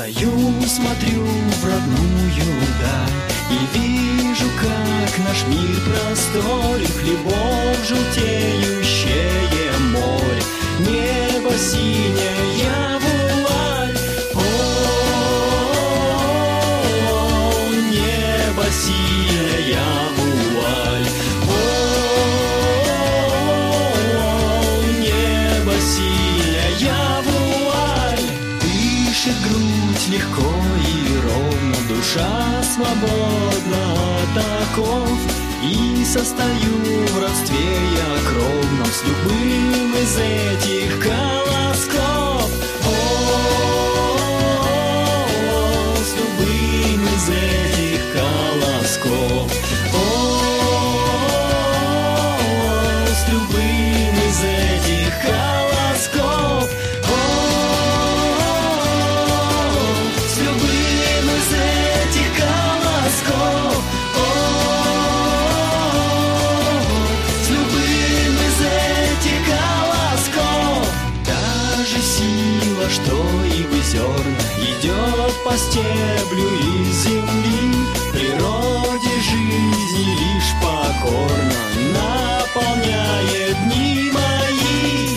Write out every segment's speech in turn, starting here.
Стою, смотрю в родную даль и вижу, как наш мир простор, и хлебов желтеющее море, небо синее вуаль. О, небо синее вуаль. О, небо синее вуаль. Дышит грудь легко и ровно, душа свободна от оков, и состою в родстве я кровном с любым из этих колосков. О, с любым из этих колосков. О, с любым из этих колосков. С любым из этих колосков. С любым из этих колосков. Даже сила, что и в зерна идет по стеблю из земли, природе жизни лишь покорно наполняет дни мои.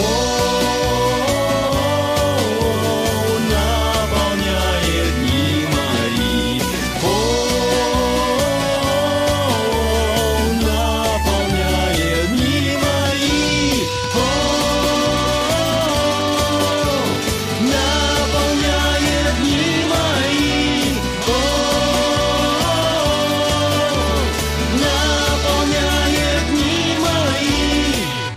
Наполняет дни мои. Наполняет дни мои. Наполняет дни мои. Наполняет дни мои.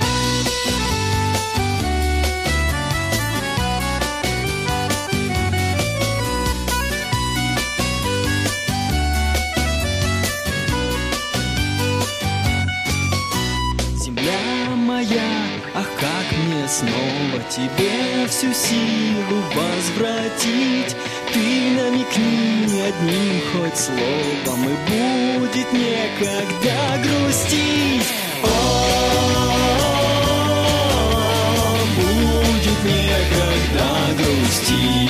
Земля моя, ах, как мне снова тебе всю силу возвратить. Ты намекни одним хоть словом, и будет некогда грустить. О, будет некогда грустить.